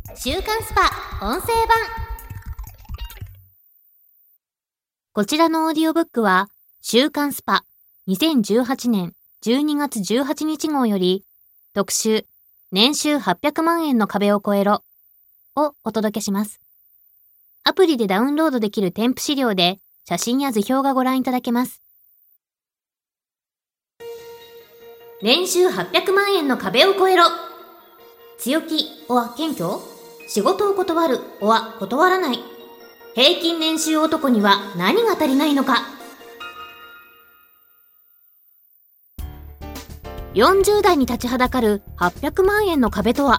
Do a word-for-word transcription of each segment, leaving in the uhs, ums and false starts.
週刊スパ音声版。こちらのオーディオブックは週刊スパにせんじゅうはちねんじゅうにがつじゅうはちにち号より特集年収はっぴゃくまんえんの壁を越えろをお届けします。アプリでダウンロードできる添付資料で写真や図表がご覧いただけます。年収はっぴゃくまんえんの壁を越えろ。強気は謙虚？仕事を断るは断らない。平均年収男には何が足りないのか。よんじゅうだいに立ちはだかるはっぴゃくまんえんの壁とは。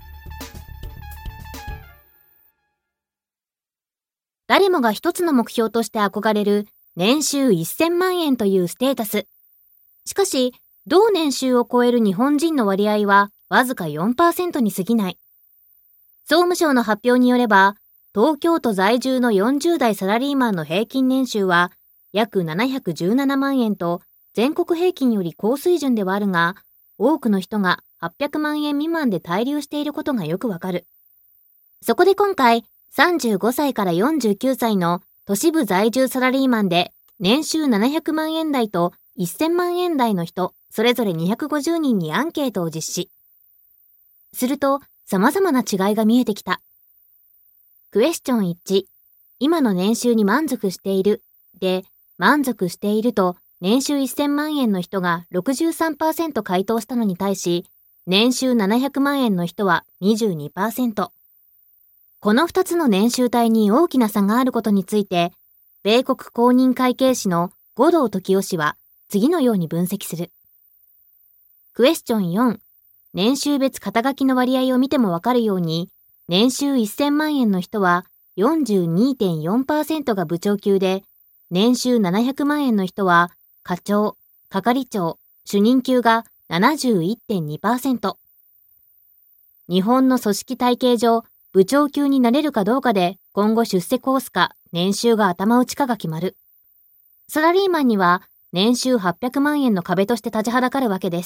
誰もが一つの目標として憧れる年収せんまんえんというステータス。しかし、同年収を超える日本人の割合はわずか よんパーセント に過ぎない。総務省の発表によれば、東京都在住のよんじゅうだいサラリーマンの平均年収は約ななひゃくじゅうななまんえんと全国平均より高水準ではあるが、多くの人がはっぴゃくまんえん未満で滞留していることがよくわかる。そこで今回、さんじゅうごさいからよんじゅうきゅうさいの都市部在住サラリーマンで年収ななひゃくまんえん台とせんまんえん台の人、それぞれにひゃくごじゅうにんにアンケートを実施。すると、様々な違いが見えてきた。クエスチョンいち、今の年収に満足しているで、満足していると年収せんまんえんの人が ろくじゅうさんパーセント 回答したのに対し、年収ななひゃくまんえんの人は にじゅうにパーセント。このふたつの年収帯に大きな差があることについて、米国公認会計士の護道時雄氏は次のように分析する。クエスチョンよん、年収別肩書きの割合を見てもわかるように、年収せんまんえんの人は よんじゅうにてんよんパーセント が部長級で、年収ななひゃくまんえんの人は課長、係長、主任級が ななじゅういってんにパーセント。日本の組織体系上、部長級になれるかどうかで今後出世コースか年収が頭打ちかが決まる。サラリーマンには年収はっぴゃくまんえんの壁として立ちはだかるわけです。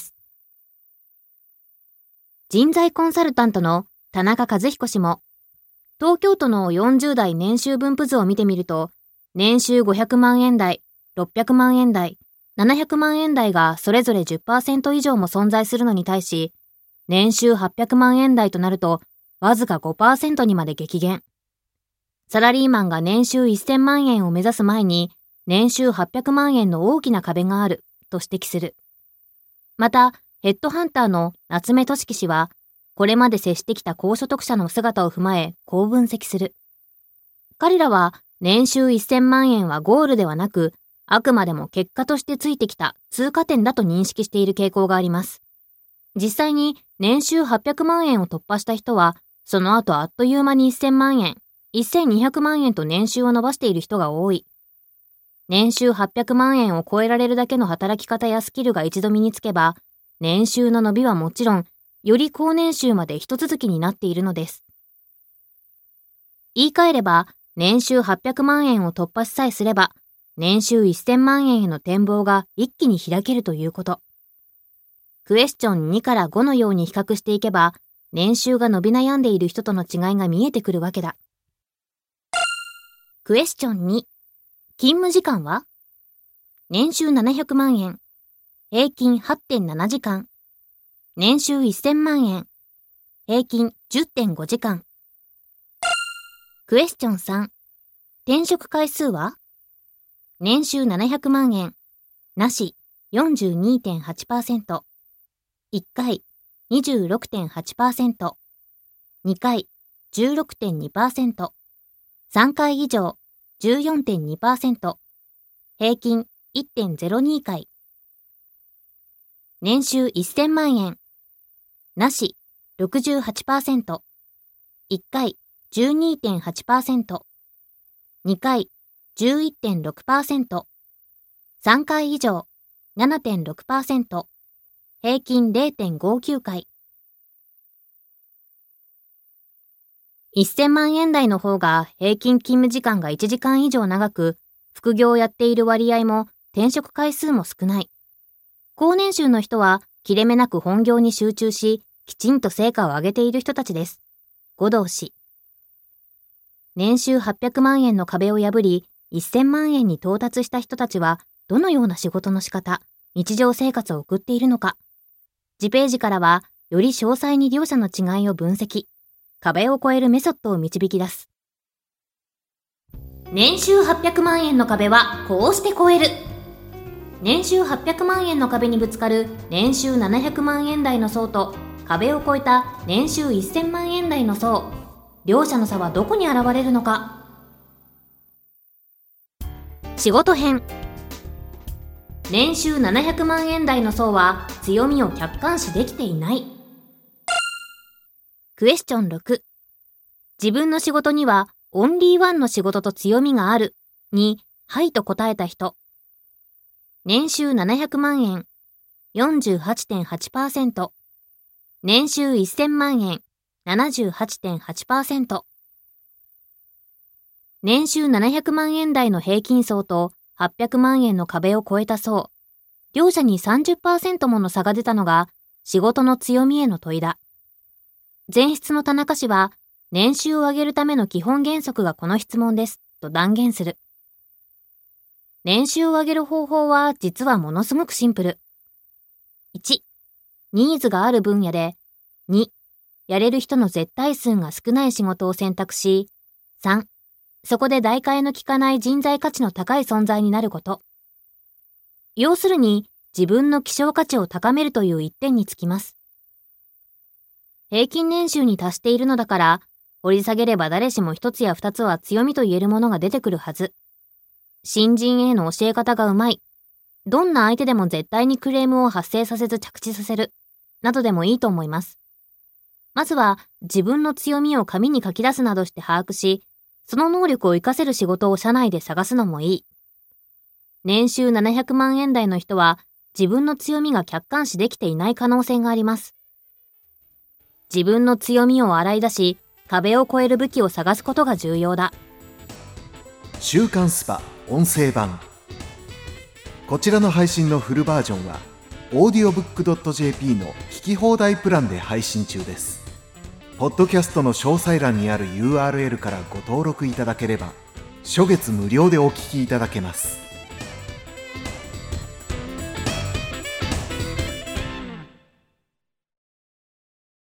人材コンサルタントの田中和彦氏も、東京都のよんじゅうだい年収分布図を見てみると、年収ごひゃくまんえん台、ろっぴゃくまんえん台、ななひゃくまんえん台がそれぞれ じゅっパーセント 以上も存在するのに対し、年収はっぴゃくまんえん台となると、わずか ごパーセント にまで激減。サラリーマンが年収せんまんえんを目指す前に、年収はっぴゃくまんえんの大きな壁がある、と指摘する。また、ヘッドハンターの夏目俊樹氏は、これまで接してきた高所得者の姿を踏まえ、こう分析する。彼らは、年収せんまんえんはゴールではなく、あくまでも結果としてついてきた通過点だと認識している傾向があります。実際に、年収はっぴゃくまんえんを突破した人は、その後あっという間にせんまんえん、せんにひゃくまんえんと年収を伸ばしている人が多い。年収はっぴゃくまんえんを超えられるだけの働き方やスキルが一度身につけば、年収の伸びはもちろん、より高年収まで一続きになっているのです。言い換えれば、年収はっぴゃくまんえんを突破しさえすれば、年収せんまんえんへの展望が一気に開けるということ。クエスチョンにからごのように比較していけば、年収が伸び悩んでいる人との違いが見えてくるわけだ。クエスチョンに、勤務時間は？年収ななひゃくまんえん、平均 はってんななじかん。年収せんまんえん、平均 じゅってんごじかん。クエスチョンさん、転職回数は？年収ななひゃくまんえん、なし よんじゅうにてんはちパーセント、いっかい にじゅうろくてんはちパーセント、にかい じゅうろくてんにパーセント、さんかい以上 じゅうよんてんにパーセント、平均 いってんぜろにかい。年収せんまんえん、なし ろくじゅうはちパーセント、いっかい じゅうにてんはちパーセント、にかい じゅういってんろくパーセント、さんかい以上 ななてんろくパーセント、平均 れいてんごきゅうかい。せんまんえん台の方が平均勤務時間がいちじかん以上長く、副業をやっている割合も転職回数も少ない。高年収の人は切れ目なく本業に集中し、きちんと成果を上げている人たちです。 護道氏。年収はっぴゃくまんえんの壁を破り、せんまんえんに到達した人たちは、どのような仕事の仕方、日常生活を送っているのか。次ページからは、より詳細に両者の違いを分析、壁を越えるメソッドを導き出す。年収はっぴゃくまんえんの壁はこうして越える。年収はっぴゃくまんえんの壁にぶつかる年収ななひゃくまんえん台の層と、壁を越えた年収せんまんえん台の層。両者の差はどこに現れるのか。仕事編。年収ななひゃくまんえん台の層は強みを客観視できていない。クエスチョンろく。自分の仕事にはオンリーワンの仕事と強みがあるに、はいと答えた人。年収ななひゃくまんえん よんじゅうはちてんはちパーセント、年収せんまんえん ななじゅうはちてんはちパーセント。年収ななひゃくまんえん台の平均層とはっぴゃくまんえんの壁を超えた層、両者に さんじゅっパーセント もの差が出たのが仕事の強みへの問いだ。前出の田中氏は、年収を上げるための基本原則がこの質問ですと断言する。年収を上げる方法は実はものすごくシンプル。いち、ニーズがある分野で、に、やれる人の絶対数が少ない仕事を選択し、さん、そこで代替の効かない人材価値の高い存在になること。要するに、自分の希少価値を高めるという一点につきます。平均年収に達しているのだから、掘り下げれば誰しも一つや二つは強みと言えるものが出てくるはず。新人への教え方がうまい。どんな相手でも絶対にクレームを発生させず着地させる。などでもいいと思います。まずは自分の強みを紙に書き出すなどして把握し、その能力を活かせる仕事を社内で探すのもいい。年収ななひゃくまんえん台の人は自分の強みが客観視できていない可能性があります。自分の強みを洗い出し、壁を越える武器を探すことが重要だ。 週刊スパ音声版。こちらの配信のフルバージョンはオーディオブックドットジェーピー の聞き放題プランで配信中です。ポッドキャストの詳細欄にある ユーアールエル からご登録いただければ初月無料でお聞きいただけます。